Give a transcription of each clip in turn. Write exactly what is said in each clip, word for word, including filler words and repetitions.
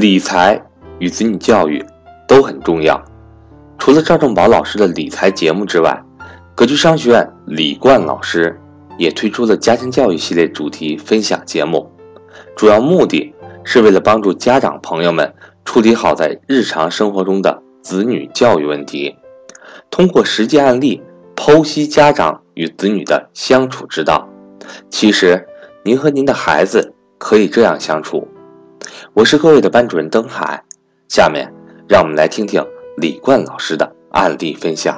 理财与子女教育都很重要。除了赵正宝老师的理财节目之外，格局商学院李冠老师也推出了家庭教育系列主题分享节目，主要目的是为了帮助家长朋友们处理好在日常生活中的子女教育问题，通过实际案例剖析家长与子女的相处之道。其实您和您的孩子可以这样相处。我是各位的班主任登海，下面让我们来听听李冠老师的案例分享。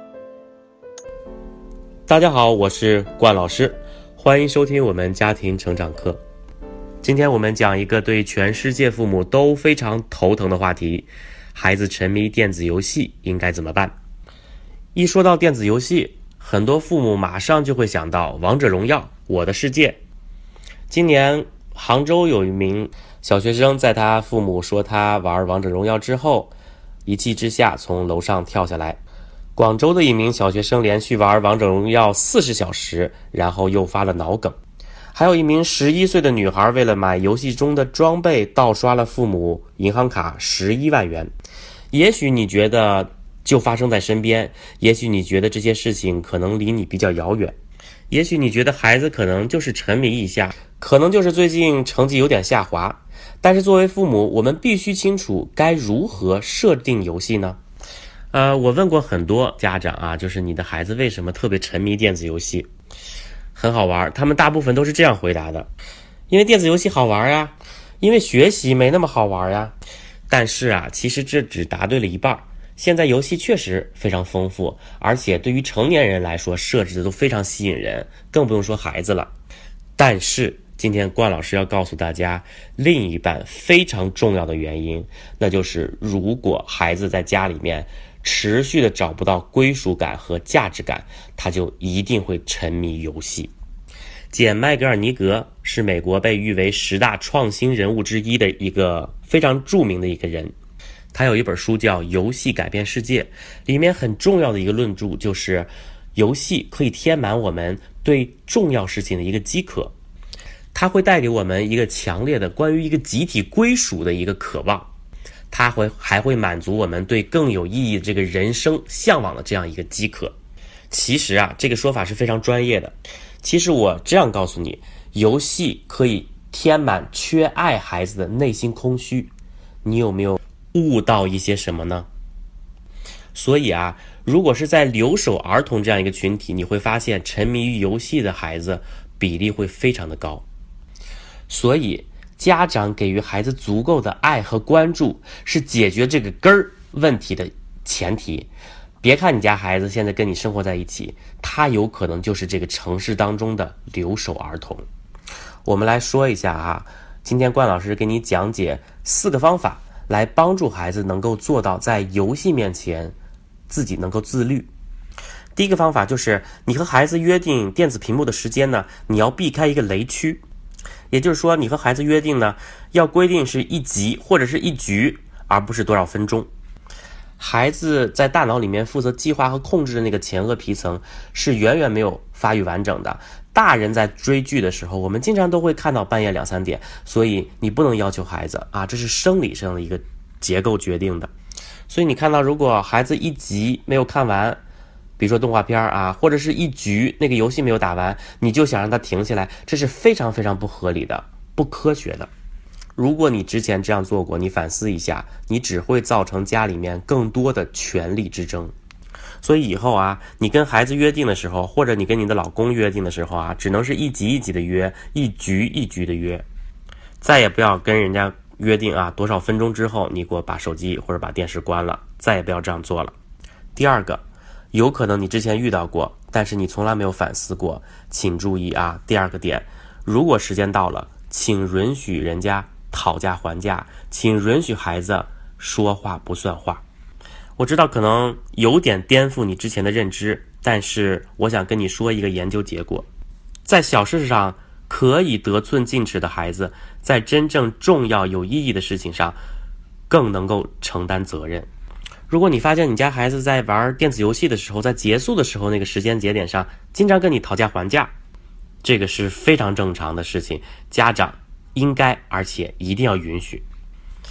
大家好，我是冠老师，欢迎收听我们家庭成长课。今天我们讲一个对全世界父母都非常头疼的话题，孩子沉迷电子游戏应该怎么办？一说到电子游戏，很多父母马上就会想到王者荣耀、我的世界。今年杭州有一名小学生在他父母说他玩王者荣耀之后，一气之下从楼上跳下来。广州的一名小学生连续玩王者荣耀四十小时，然后诱发了脑梗。还有一名十一岁的女孩为了买游戏中的装备，盗刷了父母银行卡十一万元。也许你觉得就发生在身边，也许你觉得这些事情可能离你比较遥远，也许你觉得孩子可能就是沉迷一下，可能就是最近成绩有点下滑。但是作为父母，我们必须清楚该如何设定游戏呢？呃，我问过很多家长啊，就是你的孩子为什么特别沉迷电子游戏？很好玩，他们大部分都是这样回答的：因为电子游戏好玩呀，因为学习没那么好玩呀。但是啊，其实这只答对了一半。现在游戏确实非常丰富，而且对于成年人来说设置的都非常吸引人，更不用说孩子了。但是今天冠老师要告诉大家另一半非常重要的原因，那就是如果孩子在家里面持续的找不到归属感和价值感，他就一定会沉迷游戏。简·麦格尔尼格是美国被誉为十大创新人物之一的一个非常著名的一个人，他有一本书叫《游戏改变世界》，里面很重要的一个论著就是游戏可以填满我们对重要事情的一个饥渴，它会带给我们一个强烈的关于一个集体归属的一个渴望，它会还会满足我们对更有意义的这个人生向往的这样一个饥渴。其实啊，这个说法是非常专业的。其实我这样告诉你，游戏可以填满缺爱孩子的内心空虚。你有没有悟到一些什么呢？所以啊，如果是在留守儿童这样一个群体，你会发现沉迷于游戏的孩子比例会非常的高。所以家长给予孩子足够的爱和关注是解决这个根儿问题的前提。别看你家孩子现在跟你生活在一起，他有可能就是这个城市当中的留守儿童。我们来说一下啊，今天冠老师给你讲解四个方法来帮助孩子能够做到在游戏面前自己能够自律。第一个方法就是你和孩子约定电子屏幕的时间呢，你要避开一个雷区。也就是说，你和孩子约定呢，要规定是一集或者是一局，而不是多少分钟。孩子在大脑里面负责计划和控制的那个前额皮层是远远没有发育完整的。大人在追剧的时候，我们经常都会看到半夜两三点，所以你不能要求孩子啊，这是生理上的一个结构决定的。所以你看到，如果孩子一集没有看完，比如说动画片啊，或者是一局那个游戏没有打完，你就想让他停下来，这是非常非常不合理的、不科学的。如果你之前这样做过，你反思一下，你只会造成家里面更多的权力之争。所以以后啊，你跟孩子约定的时候，或者你跟你的老公约定的时候啊，只能是一集一集的约，一局一局的约，再也不要跟人家约定啊多少分钟之后你给我把手机或者把电视关了，再也不要这样做了。第二个，有可能你之前遇到过，但是你从来没有反思过，请注意啊，第二个点，如果时间到了，请允许人家讨价还价，请允许孩子说话不算话。我知道可能有点颠覆你之前的认知，但是我想跟你说一个研究结果，在小事上可以得寸进尺的孩子，在真正重要有意义的事情上更能够承担责任。如果你发现你家孩子在玩电子游戏的时候，在结束的时候那个时间节点上经常跟你讨价还价，这个是非常正常的事情，家长应该而且一定要允许。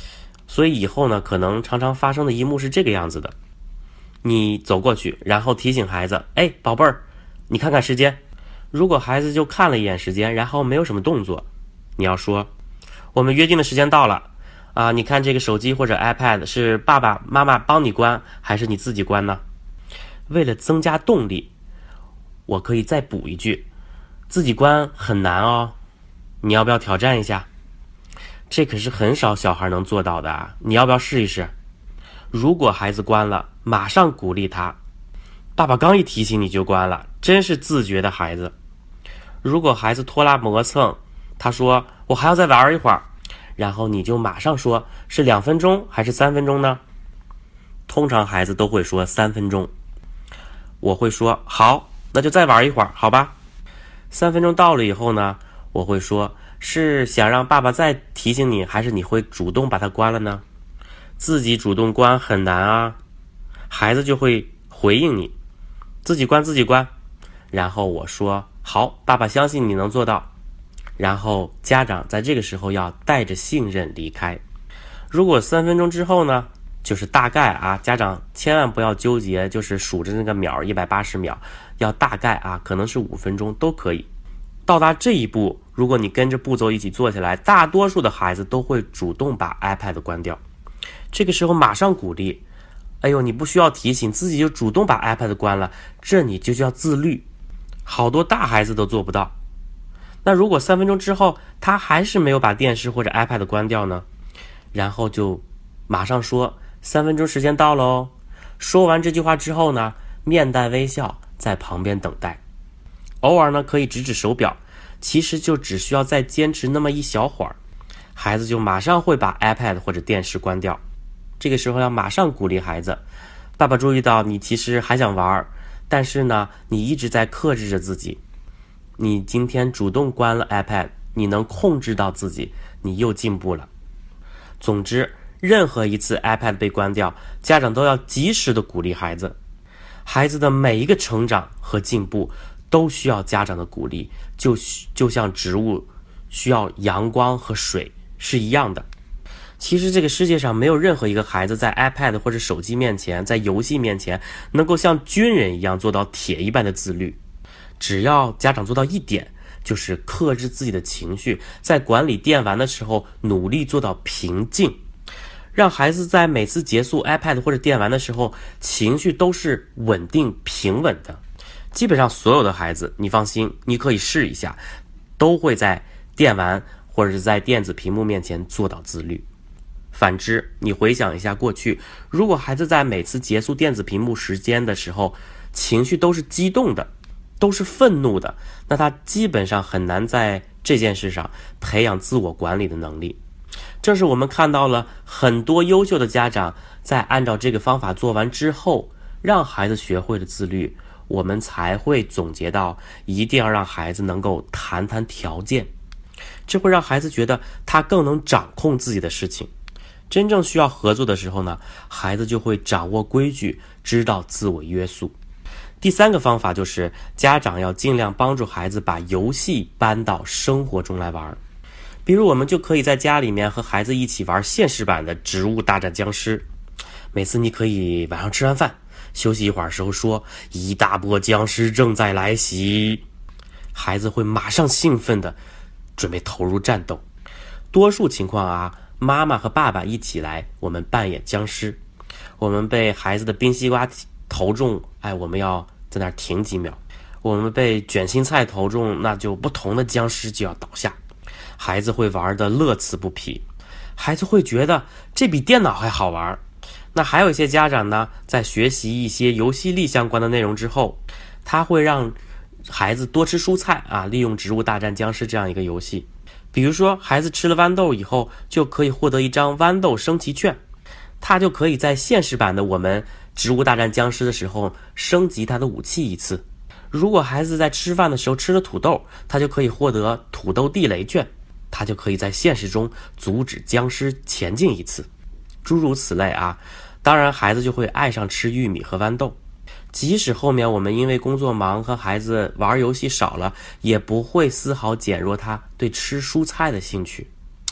所以以后呢，可能常常发生的一幕是这个样子的。你走过去，然后提醒孩子，哎，宝贝儿，你看看时间。如果孩子就看了一眼时间，然后没有什么动作，你要说，我们约定的时间到了啊，你看这个手机或者 iPad 是爸爸妈妈帮你关还是你自己关呢？为了增加动力，我可以再补一句，自己关很难哦，你要不要挑战一下？这可是很少小孩能做到的啊，你要不要试一试？如果孩子关了，马上鼓励他，爸爸刚一提醒你就关了，真是自觉的孩子。如果孩子拖拉磨蹭，他说我还要再玩一会儿，然后你就马上说，是两分钟还是三分钟呢？通常孩子都会说三分钟。我会说好，那就再玩一会儿，好吧？三分钟到了以后呢，我会说，是想让爸爸再提醒你，还是你会主动把它关了呢？自己主动关很难啊，孩子就会回应你，自己关自己关。然后我说好，爸爸相信你能做到。然后家长在这个时候要带着信任离开。如果三分钟之后呢，就是大概啊，家长千万不要纠结，就是数着那个秒一百八十秒，要大概啊，可能是五分钟都可以。到达这一步，如果你跟着步骤一起做下来，大多数的孩子都会主动把 iPad 关掉。这个时候马上鼓励，哎呦，你不需要提醒，自己就主动把 iPad 关了，这你就叫自律。好多大孩子都做不到。那如果三分钟之后他还是没有把电视或者 iPad 关掉呢？然后就马上说三分钟时间到了哦。说完这句话之后呢，面带微笑在旁边等待。偶尔呢可以指指手表，其实就只需要再坚持那么一小会儿，孩子就马上会把 iPad 或者电视关掉。这个时候要马上鼓励孩子，爸爸注意到你其实还想玩，但是呢你一直在克制着自己，你今天主动关了 iPad， 你能控制到自己，你又进步了。总之，任何一次 iPad 被关掉，家长都要及时的鼓励孩子。孩子的每一个成长和进步都需要家长的鼓励，就就像植物需要阳光和水是一样的。其实这个世界上没有任何一个孩子在 iPad 或者手机面前，在游戏面前能够像军人一样做到铁一般的自律。只要家长做到一点，就是克制自己的情绪，在管理电玩的时候努力做到平静，让孩子在每次结束 iPad 或者电玩的时候情绪都是稳定平稳的。基本上所有的孩子，你放心，你可以试一下，都会在电玩或者是在电子屏幕面前做到自律。反之，你回想一下过去，如果孩子在每次结束电子屏幕时间的时候情绪都是激动的，都是愤怒的，那他基本上很难在这件事上培养自我管理的能力。正是我们看到了很多优秀的家长在按照这个方法做完之后，让孩子学会了自律，我们才会总结到一定要让孩子能够谈谈条件，这会让孩子觉得他更能掌控自己的事情。真正需要合作的时候呢，孩子就会掌握规矩，知道自我约束。第三个方法就是家长要尽量帮助孩子把游戏搬到生活中来玩。比如我们就可以在家里面和孩子一起玩现实版的植物大战僵尸。每次你可以晚上吃完饭休息一会儿的时候说，一大波僵尸正在来袭，孩子会马上兴奋的准备投入战斗。多数情况啊，妈妈和爸爸一起来，我们扮演僵尸。我们被孩子的冰西瓜投中，哎，我们要在那儿停几秒。我们被卷心菜投中，那就不同的僵尸就要倒下。孩子会玩得乐此不疲，孩子会觉得这比电脑还好玩。那还有一些家长呢，在学习一些游戏力相关的内容之后，他会让孩子多吃蔬菜啊，利用植物大战僵尸这样一个游戏。比如说孩子吃了豌豆以后，就可以获得一张豌豆升级券，他就可以在现实版的我们植物大战僵尸的时候升级他的武器一次。如果孩子在吃饭的时候吃了土豆，他就可以获得土豆地雷券，他就可以在现实中阻止僵尸前进一次。诸如此类啊，当然孩子就会爱上吃玉米和豌豆。即使后面我们因为工作忙和孩子玩游戏少了，也不会丝毫减弱他对吃蔬菜的兴趣。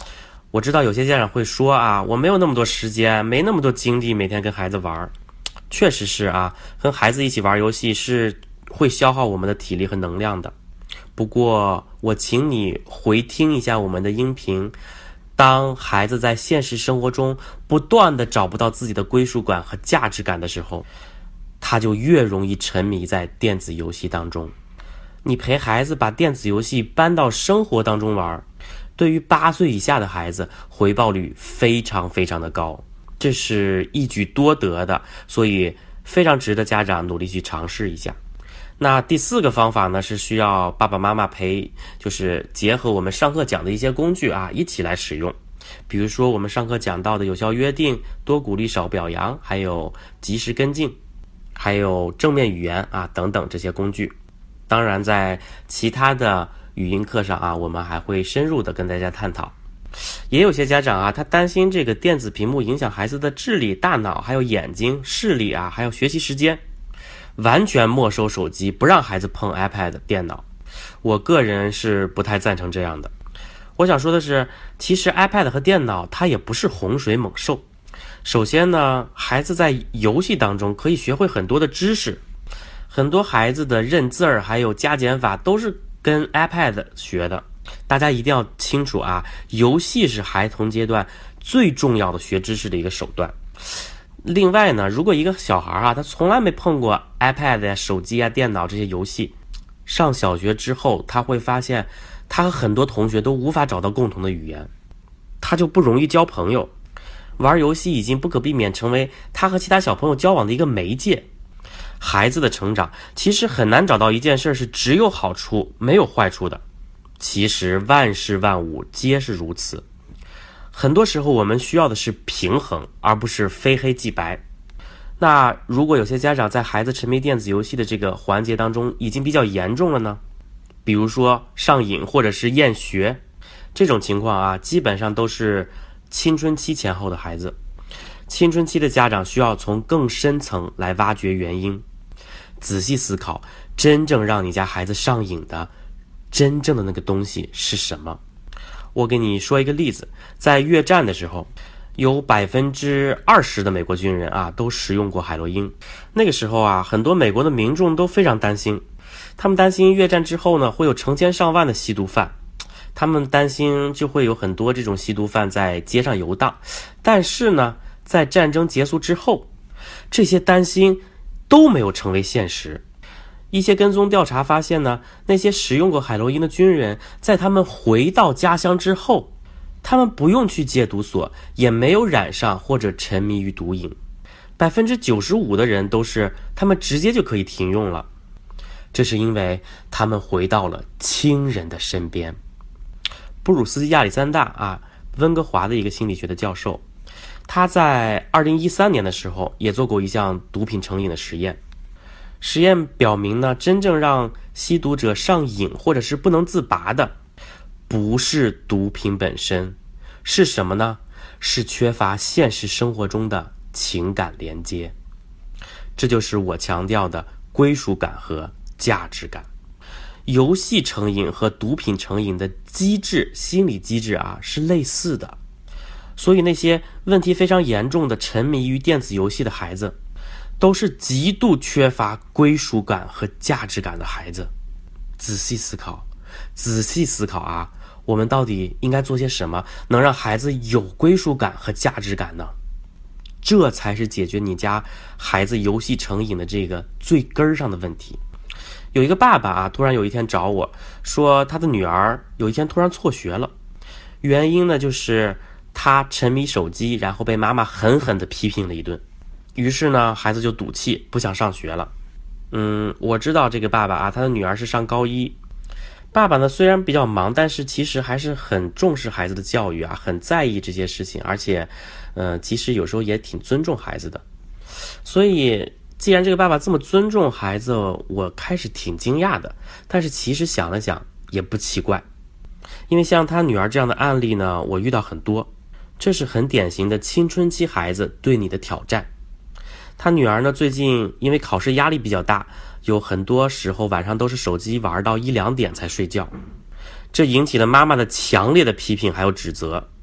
我知道有些家长会说啊，我没有那么多时间，没那么多精力每天跟孩子玩。确实是啊，跟孩子一起玩游戏是会消耗我们的体力和能量的。不过我请你回听一下我们的音频，当孩子在现实生活中不断的找不到自己的归属感和价值感的时候，他就越容易沉迷在电子游戏当中。你陪孩子把电子游戏搬到生活当中玩，对于八岁以下的孩子回报率非常非常的高，这是一举多得的，所以非常值得家长努力去尝试一下。那第四个方法呢，是需要爸爸妈妈陪，就是结合我们上课讲的一些工具啊，一起来使用。比如说我们上课讲到的有效约定、多鼓励少表扬，还有及时跟进，还有正面语言啊等等这些工具。当然在其他的语音课上啊，我们还会深入的跟大家探讨。也有些家长啊，他担心这个电子屏幕影响孩子的智力、大脑，还有眼睛、视力啊，还有学习时间，完全没收手机，不让孩子碰 iPad 电脑。我个人是不太赞成这样的。我想说的是，其实 iPad 和电脑它也不是洪水猛兽。首先呢，孩子在游戏当中可以学会很多的知识，很多孩子的认字儿还有加减法都是跟 iPad 学的。大家一定要清楚啊，游戏是孩童阶段最重要的学知识的一个手段。另外呢，如果一个小孩啊，他从来没碰过 iPad 呀、手机啊、电脑这些游戏，上小学之后，他会发现他和很多同学都无法找到共同的语言，他就不容易交朋友。玩游戏已经不可避免成为他和其他小朋友交往的一个媒介。孩子的成长其实很难找到一件事是只有好处没有坏处的，其实万事万物皆是如此。很多时候我们需要的是平衡，而不是非黑即白。那如果有些家长在孩子沉迷电子游戏的这个环节当中已经比较严重了呢，比如说上瘾或者是厌学，这种情况啊，基本上都是青春期前后的孩子。青春期的家长需要从更深层来挖掘原因，仔细思考真正让你家孩子上瘾的真正的那个东西是什么。我给你说一个例子，在越战的时候，有百分之二十的美国军人啊都食用过海洛因。那个时候啊，很多美国的民众都非常担心，他们担心越战之后呢，会有成千上万的吸毒犯，他们担心就会有很多这种吸毒犯在街上游荡。但是呢，在战争结束之后，这些担心都没有成为现实。一些跟踪调查发现呢，那些使用过海洛因的军人，在他们回到家乡之后，他们不用去戒毒所，也没有染上或者沉迷于毒瘾。百分之九十五的人都是他们直接就可以停用了，这是因为他们回到了亲人的身边。布鲁斯亚历山大啊，温哥华的一个心理学的教授，他在二零一三年的时候也做过一项毒品成瘾的实验。实验表明呢，真正让吸毒者上瘾或者是不能自拔的，不是毒品本身，是什么呢？是缺乏现实生活中的情感连接。这就是我强调的归属感和价值感。游戏成瘾和毒品成瘾的机制，心理机制啊，是类似的。所以那些问题非常严重的沉迷于电子游戏的孩子，都是极度缺乏归属感和价值感的孩子。仔细思考，仔细思考啊，我们到底应该做些什么，能让孩子有归属感和价值感呢？这才是解决你家孩子游戏成瘾的这个最根上的问题。有一个爸爸啊，突然有一天找我说，他的女儿有一天突然辍学了，原因呢就是他沉迷手机，然后被妈妈狠狠地批评了一顿。于是呢，孩子就赌气，不想上学了。嗯，我知道这个爸爸啊，他的女儿是上高一。爸爸呢虽然比较忙，但是其实还是很重视孩子的教育啊，很在意这些事情，而且，呃，其实有时候也挺尊重孩子的。所以，既然这个爸爸这么尊重孩子，我开始挺惊讶的。但是其实想了想，也不奇怪，因为像他女儿这样的案例呢，我遇到很多。这是很典型的青春期孩子对你的挑战。他女儿呢，最近因为考试压力比较大，有很多时候晚上都是手机玩到一两点才睡觉，这引起了妈妈的强烈的批评还有指责。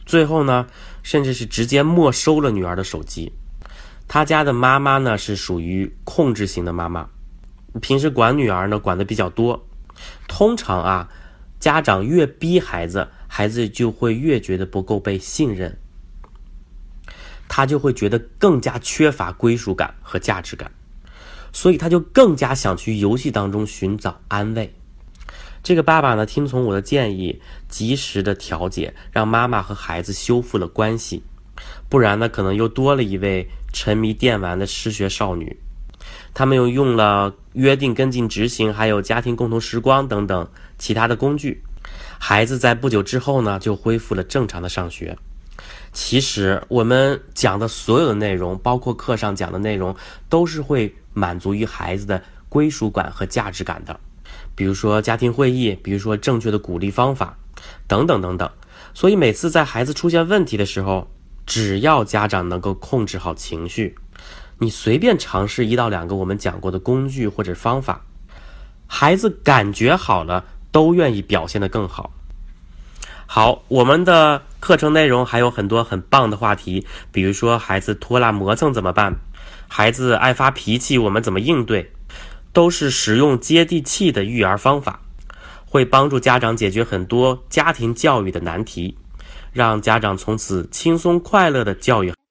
最后呢，甚至是直接没收了女儿的手机。他家的妈妈呢是属于控制型的妈妈，平时管女儿呢管得比较多。通常啊，家长越逼孩子，孩子就会越觉得不够被信任，他就会觉得更加缺乏归属感和价值感，所以他就更加想去游戏当中寻找安慰。这个爸爸呢，听从我的建议，及时的调解，让妈妈和孩子修复了关系。不然呢，可能又多了一位沉迷电玩的失学少女。他们又用了约定跟进执行，还有家庭共同时光等等其他的工具。孩子在不久之后呢，就恢复了正常的上学。其实我们讲的所有的内容，包括课上讲的内容，都是会满足于孩子的归属感和价值感的。比如说家庭会议，比如说正确的鼓励方法，等等等等。所以每次在孩子出现问题的时候，只要家长能够控制好情绪，你随便尝试一到两个我们讲过的工具或者方法，孩子感觉好了，都愿意表现得更好。好，我们的课程内容还有很多很棒的话题，比如说孩子拖拉磨蹭怎么办，孩子爱发脾气我们怎么应对，都是实用接地气的育儿方法，会帮助家长解决很多家庭教育的难题，让家长从此轻松快乐地教育